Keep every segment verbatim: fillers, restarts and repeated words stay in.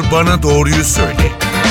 Bana Doğruyu Söyle.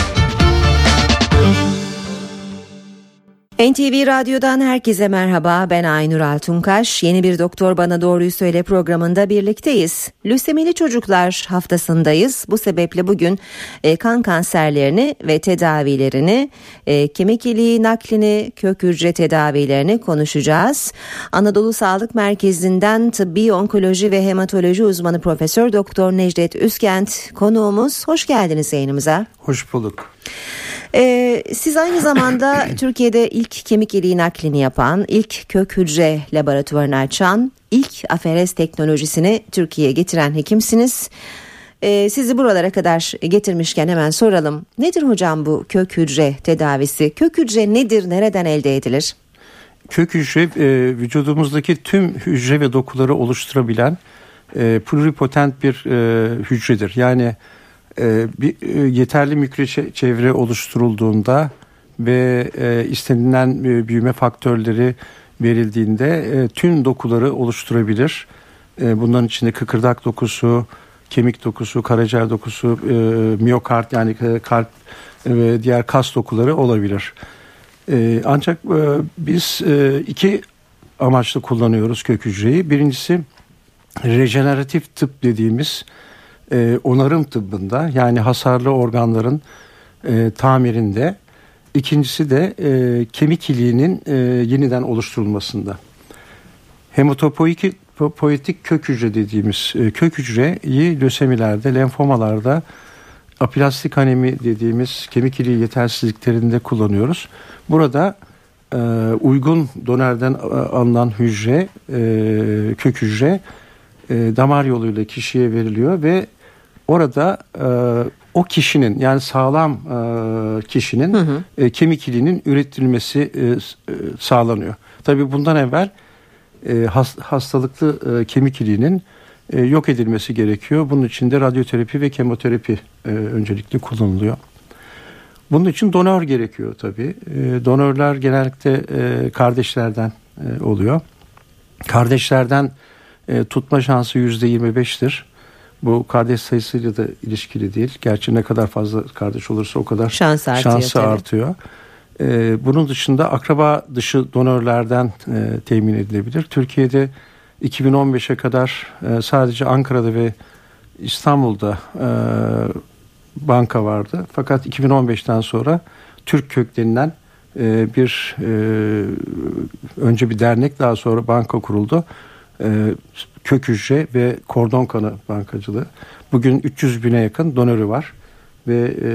N T V Radyo'dan herkese merhaba, ben Aynur Altunkaş. Yeni bir Doktor Bana Doğruyu Söyle programında birlikteyiz. Lösemili Çocuklar haftasındayız. Bu sebeple bugün e, kan kanserlerini ve tedavilerini, e, kemik iliği naklini, kök hücre tedavilerini konuşacağız. Anadolu Sağlık Merkezi'nden tıbbi onkoloji ve hematoloji uzmanı Profesör Doktor Necdet Üskent konuğumuz. Hoş geldiniz yayınımıza. Hoş bulduk. Ee, siz aynı zamanda Türkiye'de ilk kemik iliği naklini yapan, ilk kök hücre laboratuvarını açan, ilk aferez teknolojisini Türkiye'ye getiren hekimsiniz. Ee, sizi buralara kadar getirmişken hemen soralım. Nedir hocam bu kök hücre tedavisi? Kök hücre nedir, nereden elde edilir? Kök hücre e, vücudumuzdaki tüm hücre ve dokuları oluşturabilen e, pluripotent bir e, hücredir. Yani bir yeterli mikro çevre oluşturulduğunda ve istenilen büyüme faktörleri verildiğinde tüm dokuları oluşturabilir. Bunların içinde kıkırdak dokusu, kemik dokusu, karaciğer dokusu, miyokard yani kalp ve diğer kas dokuları olabilir. Ancak biz iki amaçlı kullanıyoruz kök hücreyi. Birincisi rejeneratif tıp dediğimiz E, onarım tıbbında, yani hasarlı organların e, tamirinde. İkincisi de e, kemik iliğinin e, yeniden oluşturulmasında. Hematopoietik kök hücre dediğimiz e, kök hücreyi lösemilerde, lenfomalarda, aplastik anemi dediğimiz kemik iliği yetersizliklerinde kullanıyoruz. Burada e, uygun donerden alınan hücre, e, kök hücre e, damar yoluyla kişiye veriliyor ve orada e, o kişinin, yani sağlam e, kişinin hı hı. E, kemik iliğinin üretilmesi e, e, sağlanıyor. Tabii bundan evvel e, has, hastalıklı e, kemik iliğinin e, yok edilmesi gerekiyor. Bunun için de radyoterapi ve kemoterapi e, öncelikle kullanılıyor. Bunun için donör gerekiyor tabii. E, donörler genellikle e, kardeşlerden e, oluyor. Kardeşlerden e, tutma şansı yüzde yirmi beş'tir. Bu kardeş sayısıyla da ilişkili değil. Gerçi ne kadar fazla kardeş olursa o kadar Şans artıyor, şansı artıyor. Ee, bunun dışında akraba dışı donörlerden e, temin edilebilir. Türkiye'de iki bin on beş'e kadar e, sadece Ankara'da ve İstanbul'da e, banka vardı. Fakat iki bin on beş'ten sonra Türk Kök denilen e, bir e, önce bir dernek, daha sonra banka kuruldu. E, kök hücre ve kordon kanı bankacılığı. Bugün üç yüz bine yakın donörü var ve e,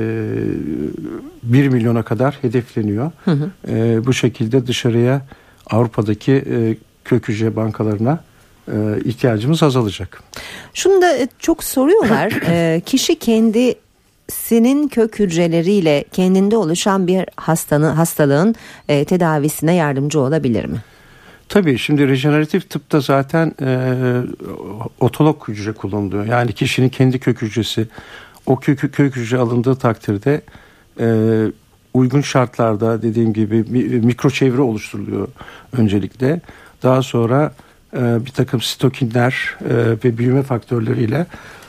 bir milyona kadar hedefleniyor. Hı hı. E, bu şekilde dışarıya, Avrupa'daki e, kök hücre bankalarına e, ihtiyacımız azalacak. Şunu da çok soruyorlar. e, kişi kendisinin kök hücreleriyle kendinde oluşan bir hastanın, hastalığın e, tedavisine yardımcı olabilir mi? Tabii, şimdi rejeneratif tıpta zaten e, otolog hücre kullanılıyor. Yani kişinin kendi kök hücresi, o kök, kök hücre alındığı takdirde e, uygun şartlarda, dediğim gibi mikro çevre oluşturuluyor öncelikle. Daha sonra e, bir takım sitokinler e, ve büyüme faktörleriyle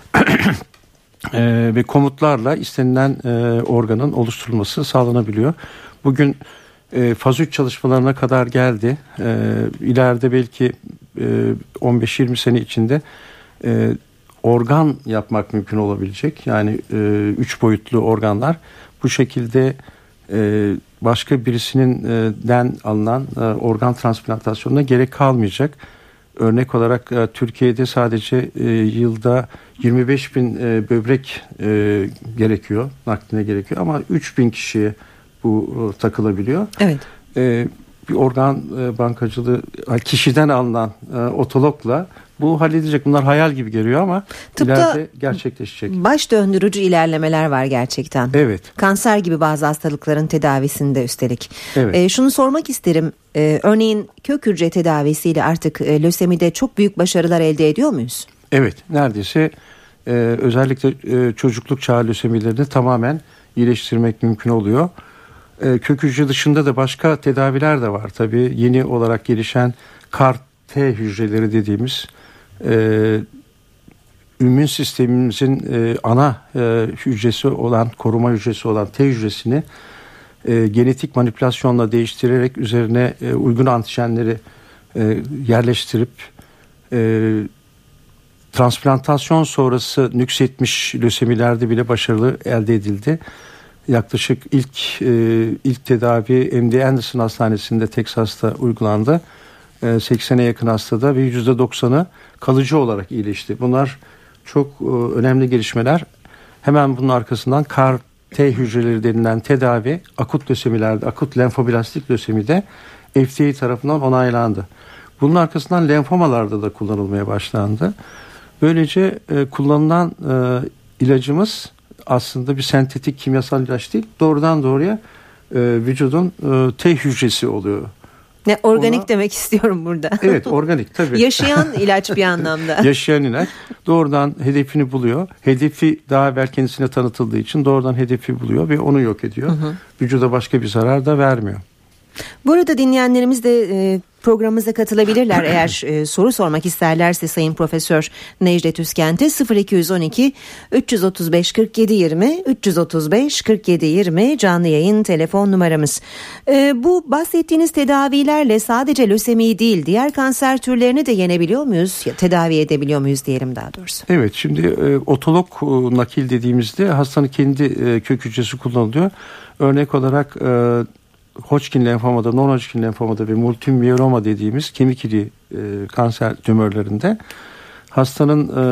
e, ve komutlarla istenilen e, organın oluşturulması sağlanabiliyor. Bugün E, faz üç çalışmalarına kadar geldi. E, ileride belki e, on beş yirmi sene içinde e, organ yapmak mümkün olabilecek. Yani e, üç boyutlu organlar. Bu şekilde e, başka birisinden alınan e, organ transplantasyonuna gerek kalmayacak. Örnek olarak e, Türkiye'de sadece e, yılda yirmi beş bin e, böbrek e, gerekiyor, nakline gerekiyor, ama üç bin kişiye bu e, takılabiliyor. Evet. E, bir organ e, bankacılığı kişiden alınan e, otologla bu halledecek. Bunlar hayal gibi geliyor ama tıpta ileride gerçekleşecek. Baş döndürücü ilerlemeler var gerçekten. Evet. Kanser gibi bazı hastalıkların tedavisinde üstelik. Evet. E, şunu sormak isterim. E, örneğin kök hücre tedavisiyle artık e, lösemide çok büyük başarılar elde ediyor muyuz? Evet. Neredeyse e, özellikle e, çocukluk çağı lösemilerini tamamen iyileştirmek mümkün oluyor. E, kök hücre dışında da başka tedaviler de var. Tabii yeni olarak gelişen C A R T hücreleri dediğimiz e, immün sistemimizin e, ana e, hücresi olan, koruma hücresi olan T hücresini e, genetik manipülasyonla değiştirerek üzerine e, uygun antijenleri e, yerleştirip e, transplantasyon sonrası nüksetmiş lösemilerde bile başarılı elde edildi. Yaklaşık ilk e, ilk tedavi M D Anderson Hastanesi'nde Teksas'ta uygulandı. E, seksene yakın hastada ve yüzde doksanı kalıcı olarak iyileşti. Bunlar çok e, önemli gelişmeler. Hemen bunun arkasından C A R T hücreleri denilen tedavi akut lösemilerde, akut lenfoblastik lösemide F D A tarafından onaylandı. Bunun arkasından lenfomalarda da kullanılmaya başlandı. Böylece e, kullanılan e, ilacımız aslında bir sentetik kimyasal ilaç değil, doğrudan doğruya e, vücudun e, T hücresi oluyor. Ne organik Ona, demek istiyorum burada. Evet, organik tabii. Yaşayan ilaç bir anlamda. Yaşayan ilaç doğrudan hedefini buluyor. Hedefi daha evvel kendisine tanıtıldığı için doğrudan hedefi buluyor ve onu yok ediyor. Hı hı. Vücuda başka bir zarar da vermiyor. Bu arada dinleyenlerimiz de e, programımıza katılabilirler. Eğer e, soru sormak isterlerse Sayın Profesör Necdet Üskent'e sıfır iki on iki üç otuz beş kırk yedi yirmi üç otuz beş kırk yedi yirmi canlı yayın telefon numaramız. E, bu bahsettiğiniz tedavilerle sadece lösemiyi değil diğer kanser türlerini de yenebiliyor muyuz? Ya, tedavi edebiliyor muyuz diyelim daha doğrusu. Evet, şimdi e, otolog e, nakil dediğimizde hastanın kendi e, kök hücresi kullanılıyor. Örnek olarak e, Hodgkin lenfomada, non-Hodgkin lenfomada ve multiple myeloma dediğimiz kemik iliği e, kanser tümörlerinde hastanın e,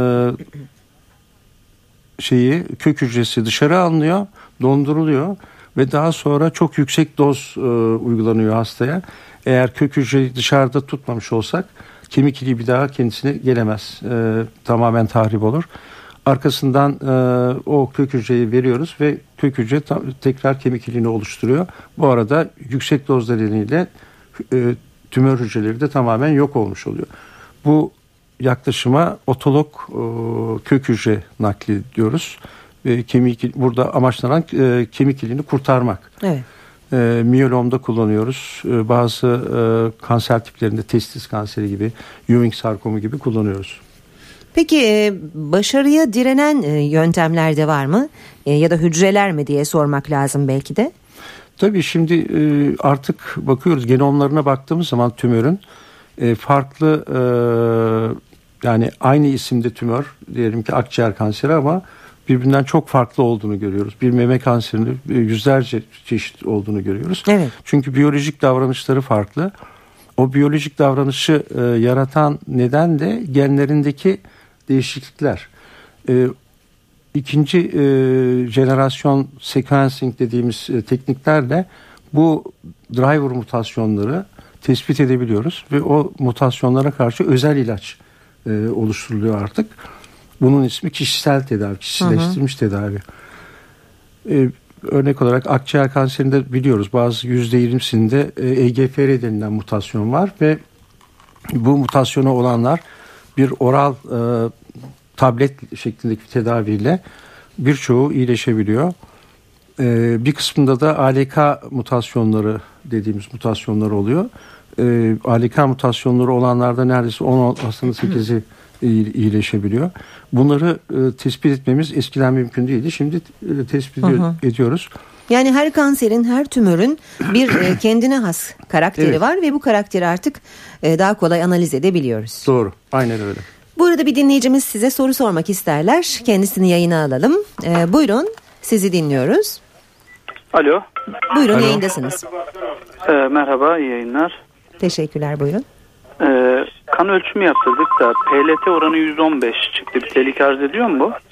şeyi kök hücresi dışarı alınıyor, donduruluyor ve daha sonra çok yüksek doz e, uygulanıyor hastaya. Eğer kök hücreyi dışarıda tutmamış olsak kemik iliği bir daha kendisine gelemez. E, tamamen tahrip olur. Arkasından e, o kök hücreyi veriyoruz ve kök hücre ta- tekrar kemik iliğini oluşturuyor. Bu arada yüksek doz nedeniyle e, tümör hücreleri de tamamen yok olmuş oluyor. Bu yaklaşıma otolog e, kök hücre nakli diyoruz. E, kemik burada amaçlanan e, kemik iliğini kurtarmak. Evet. E, miyelomda kullanıyoruz. E, bazı e, kanser tiplerinde testis kanseri gibi, Ewing sarkomu gibi kullanıyoruz. Peki başarıya direnen yöntemler de var mı? Ya da hücreler mi diye sormak lazım belki de. Tabii şimdi artık bakıyoruz genomlarına baktığımız zaman tümörün farklı yani aynı isimde tümör diyelim ki akciğer kanseri ama birbirinden çok farklı olduğunu görüyoruz. Bir meme kanserinin yüzlerce çeşit olduğunu görüyoruz. Evet. Çünkü biyolojik davranışları farklı. O biyolojik davranışı yaratan neden de genlerindeki değişiklikler. E, ikinci e, jenerasyon sequencing dediğimiz e, tekniklerle bu driver mutasyonları tespit edebiliyoruz ve o mutasyonlara karşı özel ilaç e, oluşturuluyor artık. Bunun ismi kişisel tedavi, kişiselleştirilmiş hı hı. tedavi. E, örnek olarak akciğer kanserinde biliyoruz bazı yüzde yirmisinde E G F R denilen mutasyon var ve bu mutasyonu olanlar bir oral e, tablet şeklindeki tedaviyle birçoğu iyileşebiliyor. E, bir kısmında da A L K mutasyonları dediğimiz mutasyonlar oluyor. E, A L K mutasyonları olanlarda neredeyse on aslında sekizi iyileşebiliyor. Bunları e, tespit etmemiz eskiden mümkün değildi. Şimdi e, tespit hı hı. ediyoruz. Yani her kanserin, her tümörün bir e, kendine has karakteri evet. var ve bu karakteri artık e, daha kolay analiz edebiliyoruz. Doğru, aynen öyle. Bu arada bir dinleyicimiz size soru sormak isterler. Kendisini yayına alalım. E, buyurun, sizi dinliyoruz. Alo. Buyurun, Alo. Yayındasınız. E, merhaba, iyi yayınlar. Teşekkürler, buyurun. E, kan ölçümü yaptırdık da P L T oranı yüzde on beş çıktı. Bir tehlike arz ediyor mu bu?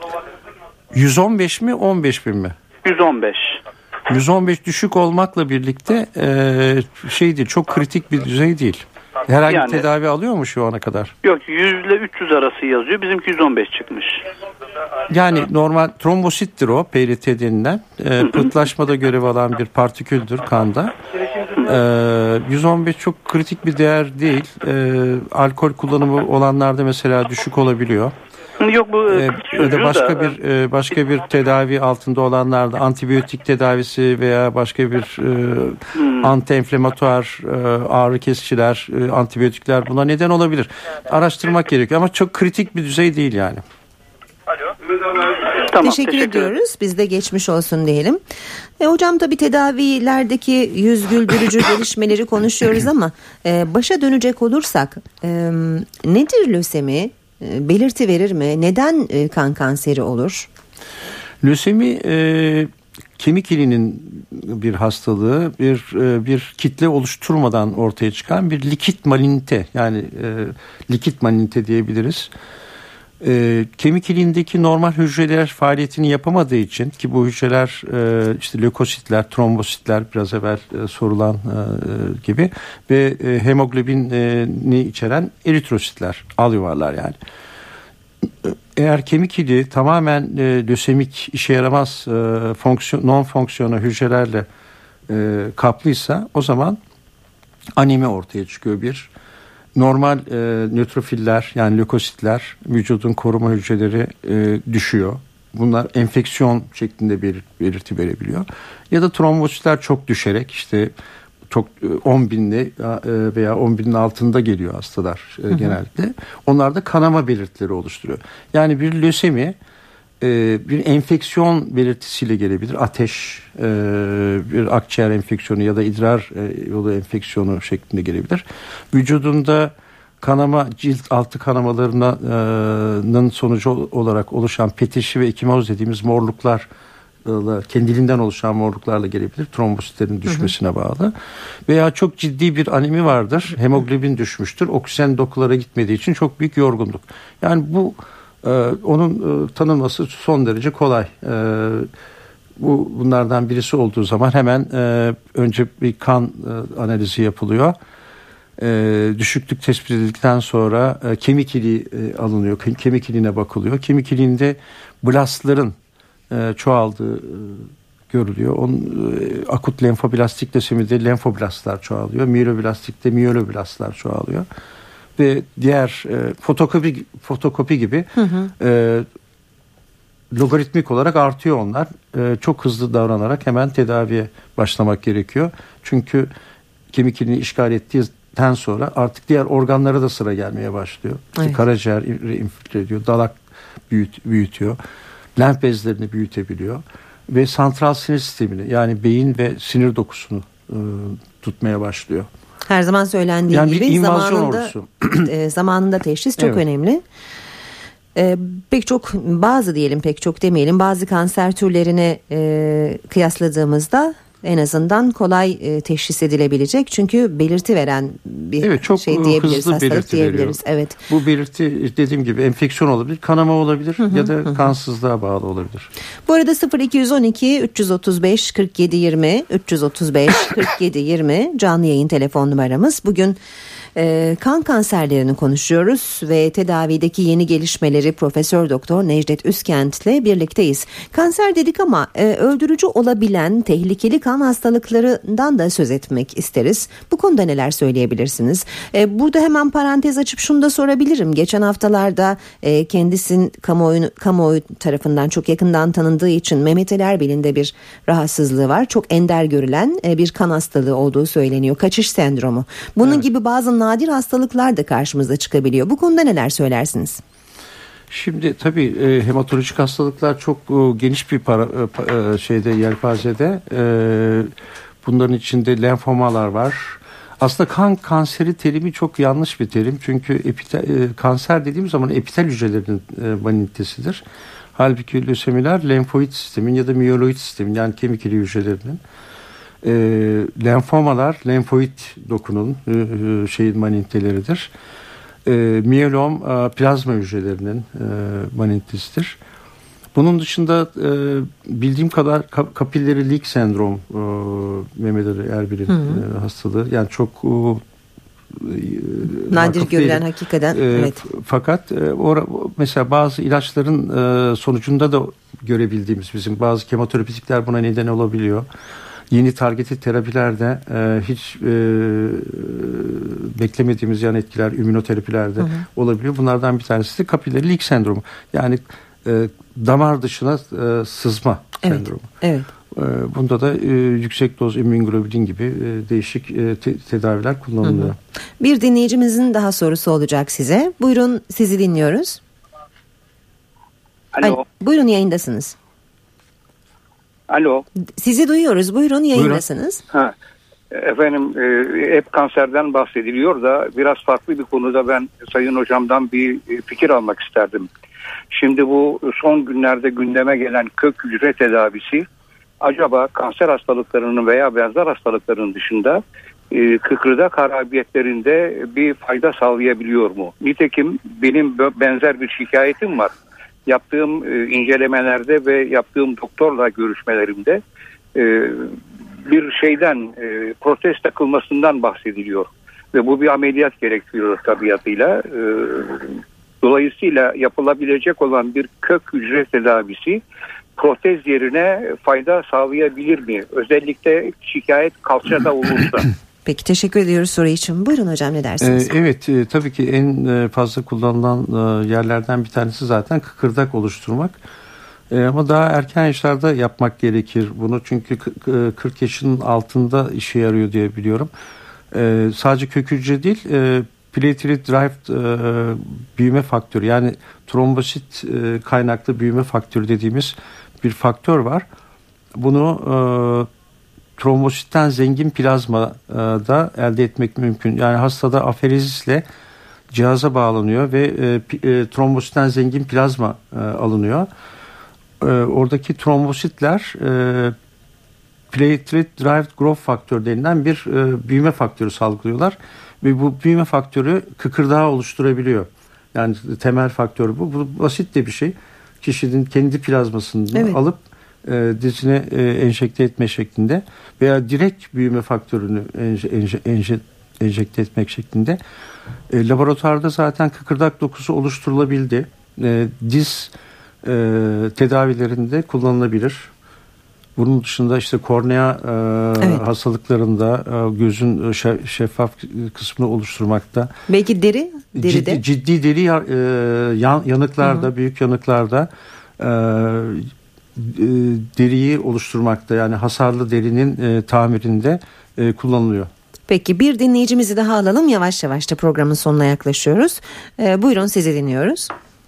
yüz on beş mi, on beş bin mi? yüz on beş. yüz on beş düşük olmakla birlikte e, şey değil, çok kritik bir düzey değil. Herhangi yani, tedavi alıyor mu şu ana kadar? Yok, yüz ile üç yüz arası yazıyor. Bizimki yüz on beş çıkmış. Yani normal trombosittir o, P L T denilen. E, pıhtılaşmada görev alan bir partiküldür kanda. E, yüz on beş çok kritik bir değer değil. E, alkol kullanımı olanlarda mesela düşük olabiliyor. Yok bu ee, ya da başka da, bir e, başka bir tedavi altında olanlarda antibiyotik tedavisi veya başka bir e, hmm. anti-enflamatuar e, ağrı kesiciler, e, antibiyotikler buna neden olabilir. Araştırmak gerekiyor ama çok kritik bir düzey değil yani. Tamam, teşekkür, teşekkür ediyoruz. ederim. Biz de geçmiş olsun diyelim. E, hocam tabii tedavilerdeki yüz güldürücü gelişmeleri konuşuyoruz ama e, başa dönecek olursak e, nedir lösemi? E, belirti verir mi? Neden e, kan kanseri olur? Lösemi e, kemik iliğinin bir hastalığı, bir e, bir kitle oluşturmadan ortaya çıkan bir likit malinite, yani e, likit malinite diyebiliriz. E, kemik iliğindeki normal hücreler faaliyetini yapamadığı için, ki bu hücreler e, işte lökositler, trombositler, biraz evvel e, sorulan e, gibi ve e, hemoglobini içeren eritrositler, al yuvarlar yani. Eğer kemik iliği tamamen e, lösemik, işe yaramaz e, fonksiyon, non fonksiyonel hücrelerle e, kaplıysa, o zaman anemi ortaya çıkıyor. Bir normal e, nötrofiller, yani lökositler, vücudun koruma hücreleri e, düşüyor. Bunlar enfeksiyon şeklinde bir belirti verebiliyor. Ya da trombositler çok düşerek, işte çok on binli veya on binin altında geliyor hastalar hı hı. genellikle. Onlar da kanama belirtileri oluşturuyor. Yani bir lösemi bir enfeksiyon belirtisiyle gelebilir. Ateş, bir akciğer enfeksiyonu ya da idrar yolu enfeksiyonu şeklinde gelebilir. Vücudunda kanama, cilt altı kanamalarının sonucu olarak oluşan peteşi ve ekimoz dediğimiz morluklar, kendiliğinden oluşan morluklarla gelebilir. Trombositlerin düşmesine hı hı. bağlı. Veya çok ciddi bir anemi vardır. Hemoglobin düşmüştür. Oksijen dokulara gitmediği için çok büyük yorgunluk. Yani bu e, onun e, tanınması son derece kolay. E, bu bunlardan birisi olduğu zaman hemen e, önce bir kan e, analizi yapılıyor. E, düşüklük tespit edildikten sonra e, kemik iliği e, alınıyor. Kemik iliğine bakılıyor. Kemik iliğinde blastların çoğaldığı görülüyor. Onun e, akut lenfoblastik lösemide lenfoblastlar çoğalıyor. Miyeloblastikte miyeloblaslar çoğalıyor. Ve diğer e, fotokopi fotokopi gibi hı hı. E, logaritmik olarak artıyor onlar. E, çok hızlı davranarak hemen tedaviye başlamak gerekiyor. Çünkü kemik iliğini işgal ettiğinden sonra artık diğer organlara da sıra gelmeye başlıyor. Evet. İşte karaciğer infiltre ediyor, dalak büyüt, büyütüyor. Lenf bezlerini büyütebiliyor ve santral sinir sistemini, yani beyin ve sinir dokusunu e, tutmaya başlıyor. Her zaman söylendiği yani gibi zamanında e, zamanında teşhis çok evet. önemli. E, pek çok, bazı diyelim pek çok demeyelim, bazı kanser türlerine e, kıyasladığımızda en azından kolay e, teşhis edilebilecek, çünkü belirti veren bir evet, çok şey diyebiliriz, hastalık diyebiliriz. Evet. Bu belirti dediğim gibi enfeksiyon olabilir, kanama olabilir hı hı, ya da hı. kansızlığa bağlı olabilir. Bu arada sıfır iki on iki üç otuz beş kırk yedi yirmi üç otuz beş kırk yedi yirmi canlı yayın telefon numaramız. Bugün e, kan kanserlerini konuşuyoruz ve tedavideki yeni gelişmeleri Profesör Doktor Necdet Üskent ile birlikteyiz. Kanser dedik ama e, öldürücü olabilen tehlikeli kan hastalıklarından da söz etmek isteriz. Bu konuda neler söyleyebilirsiniz? E, burada hemen parantez açıp şunu da sorabilirim. Geçen haftalarda e, kendisin kamuoyu, kamuoyu tarafından çok yakından tanındığı için Mehmet Ali Erbil'in de bir rahatsızlığı var. Çok ender görülen e, bir kan hastalığı olduğu söyleniyor. Kaçış sendromu. Bunun evet. gibi bazı nadir hastalıklar da karşımıza çıkabiliyor. Bu konuda neler söylersiniz? Şimdi tabii e, hematolojik hastalıklar çok e, geniş bir para, e, şeyde yelpazede. E, bunların içinde lenfomalar var. Aslında kan kanseri terimi çok yanlış bir terim. Çünkü epitel, e, kanser dediğimiz zaman epitel hücrelerinin e, malinitesidir. Halbuki lösemiler lenfoid sistemin ya da miyoloid sistemin, yani kemik iliği hücrelerinin. E, lenfomalar lenfoid dokunun e, şeyin maliniteleridir. E, miyelom e, plazma hücrelerinin e, malinitesidir. Bunun dışında e, bildiğim kadar kap- kapilleri leak sendrom e, Mehmet Ali Erbil'in e, hastalığı. Yani çok e, nadir görülen hakikaten. E, evet. Fakat e, or- mesela bazı ilaçların e, sonucunda da görebildiğimiz, bizim bazı kemoterapitikler buna neden olabiliyor. Yeni targeted terapilerde e, hiç e, beklemediğimiz yan etkiler, ümünoterapilerde hı hı. olabiliyor. Bunlardan bir tanesi de kapilleri leak sendromu. Yani e, damar dışına e, sızma evet, sendromu. Evet. E, bunda da e, yüksek doz immunoglobulin gibi e, değişik e, te- tedaviler kullanılıyor. Hı hı. Bir dinleyicimizin daha sorusu olacak size. Buyurun, sizi dinliyoruz. Alo. Ay, buyurun, yayındasınız. Alo. Sizi duyuyoruz. Buyurun, yayındasınız. Buyurun. Ha. Efendim e, hep kanserden bahsediliyor da biraz farklı bir konuda ben Sayın Hocam'dan bir fikir almak isterdim. Şimdi bu son günlerde gündeme gelen kök hücre tedavisi acaba kanser hastalıklarının veya benzer hastalıkların dışında e, kıkırdak harabiyetlerinde bir fayda sağlayabiliyor mu? Nitekim benim benzer bir şikayetim var. Yaptığım e, incelemelerde ve yaptığım doktorla görüşmelerimde e, bir şeyden e, protez takılmasından bahsediliyor. Ve bu bir ameliyat gerektiriyor tabiatıyla. E, dolayısıyla yapılabilecek olan bir kök hücre tedavisi protez yerine fayda sağlayabilir mi? Özellikle şikayet kalçada olursa. Peki, teşekkür ediyoruz soru için. Buyurun hocam, ne dersiniz? Ee, evet e, tabii ki en e, fazla kullanılan e, yerlerden bir tanesi zaten kıkırdak oluşturmak. E, ama daha erken yaşlarda yapmak gerekir bunu. Çünkü kırk yaşının altında işe yarıyor diye biliyorum. E, sadece kök hücre değil, e, platelet derived e, büyüme faktörü, yani trombosit e, kaynaklı büyüme faktörü dediğimiz bir faktör var. Bunu e, trombositten zengin plazma e, da elde etmek mümkün. Yani hastada aferezisle cihaza bağlanıyor ve e, e, trombositten zengin plazma e, alınıyor. E, oradaki trombositler e, platelet derived growth faktör denilen bir e, büyüme faktörü salgılıyorlar ve bu büyüme faktörü kıkırdağı oluşturabiliyor. Yani temel faktör bu. Bu basit de bir şey. Kişinin kendi plazmasını evet. alıp e, dizine e, enjekte etme şeklinde veya direkt büyüme faktörünü enje, enje, enje, enjekte etmek şeklinde. E, laboratuvarda zaten kıkırdak dokusu oluşturulabildi. E, diz e, tedavilerinde kullanılabilir. Bunun dışında işte kornea e, evet. hastalıklarında e, gözün şeffaf kısmını oluşturmakta. Belki deri, deride. Ciddi, ciddi deri e, yan, yanıklarda, Hı-hı. büyük yanıklarda e, deriyi oluşturmakta. Yani hasarlı derinin e, tamirinde e, kullanılıyor. Peki, bir dinleyicimizi daha alalım. Yavaş yavaş da programın sonuna yaklaşıyoruz. E, buyurun, sizi dinliyoruz.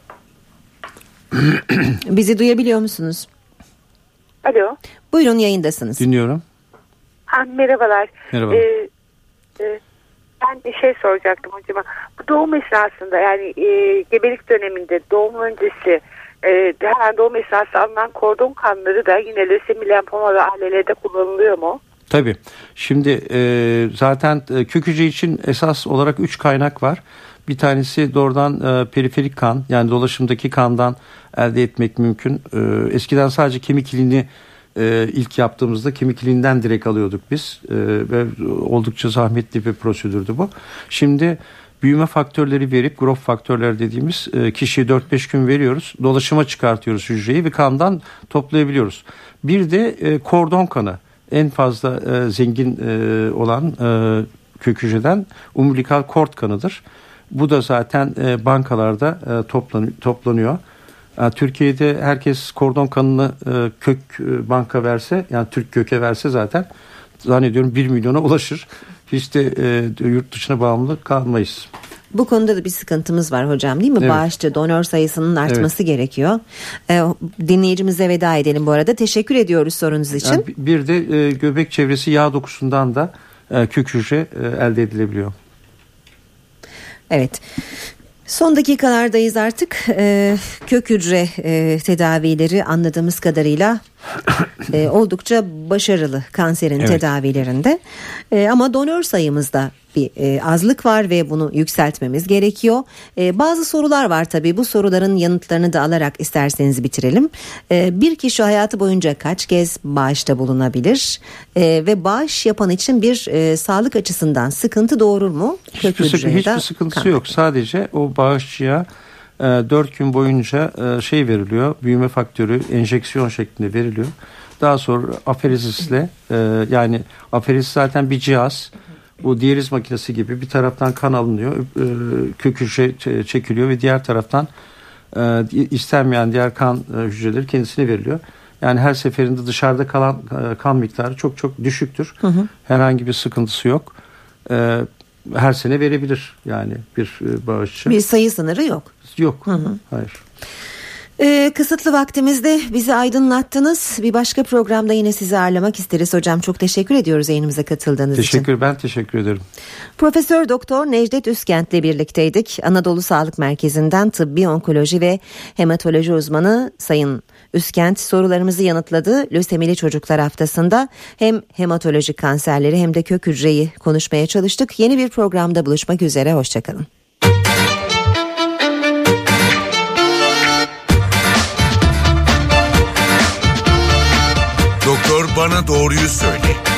Bizi duyabiliyor musunuz? Alo. Buyurun, yayındasınız. Dinliyorum. Ha, merhabalar. Merhaba. Ee, e, ben bir şey soracaktım hocama. Bu doğum esnasında, yani e, gebelik döneminde, doğum öncesi, e, hemen doğum esnası alınan kordon kanları da yine lösemi, lenfoma ve A L L'de kullanılıyor mu? Tabii. Şimdi e, zaten e, kök hücre için esas olarak üç kaynak var. Bir tanesi doğrudan e, periferik kan, yani dolaşımdaki kandan elde etmek mümkün. E, eskiden sadece kemik iliğini e, ilk yaptığımızda kemik iliğinden direkt alıyorduk biz e, ve oldukça zahmetli bir prosedürdü bu. Şimdi büyüme faktörleri verip growth faktörler dediğimiz e, kişiye dört beş gün veriyoruz. Dolaşıma çıkartıyoruz hücreyi ve kandan toplayabiliyoruz. Bir de e, kordon kanı, en fazla e, zengin e, olan e, kök hücreden umbilikal kord kanıdır. Bu da zaten e, bankalarda e, toplan, toplanıyor. Yani Türkiye'de herkes kordon kanını e, kök e, banka verse, yani Türk köke verse zaten zannediyorum bir milyona ulaşır. Hiç de e, yurt dışına bağımlı kalmayız. Bu konuda da bir sıkıntımız var hocam, değil mi? Evet. Bağışçı, donör sayısının artması evet. gerekiyor. Ee, dinleyicimize veda edelim bu arada. Teşekkür ediyoruz sorunuz için. Yani bir de e, göbek çevresi yağ dokusundan da e, kök hücre e, elde edilebiliyor. Evet. Son dakikalardayız artık. Ee, kök hücre e, tedavileri anladığımız kadarıyla e, oldukça başarılı kanserin evet. tedavilerinde. E, ama donör sayımızda bir e, azlık var ve bunu yükseltmemiz gerekiyor. E, bazı sorular var tabii. Bu soruların yanıtlarını da alarak isterseniz bitirelim. E, bir kişi hayatı boyunca kaç kez bağışta bulunabilir? E, ve bağış yapan için bir e, sağlık açısından sıkıntı doğurur mu? Hiçbir, sıkı, hiçbir sıkıntısı kan. yok. Sadece o bağışçıya e, dört gün boyunca e, şey veriliyor. Büyüme faktörü enjeksiyon şeklinde veriliyor. Daha sonra aferezisle e, yani aferezis zaten bir cihaz. Bu diyaliz makinesi gibi bir taraftan kan alınıyor, kök hücre çekiliyor ve diğer taraftan istenmeyen diğer kan hücreleri kendisine veriliyor. Yani her seferinde dışarıda kalan kan miktarı çok çok düşüktür. Hı hı. Herhangi bir sıkıntısı yok. Her sene verebilir yani bir bağışçı. Bir sayı sınırı yok. Yok. Hı hı. Hayır. Ee, kısıtlı vaktimizde bizi aydınlattınız. Bir başka programda yine sizi ağırlamak isteriz hocam. Çok teşekkür ediyoruz yayınımıza katıldığınız teşekkür, için. Teşekkür, ben teşekkür ederim. Profesör Doktor Necdet Üskent'le birlikteydik. Anadolu Sağlık Merkezi'nden tıbbi onkoloji ve hematoloji uzmanı Sayın Üskent sorularımızı yanıtladı. Lösemili Çocuklar Haftası'nda hem hematolojik kanserleri hem de kök hücreyi konuşmaya çalıştık. Yeni bir programda buluşmak üzere. Hoşçakalın. Doktor Bana Doğruyu Söyle.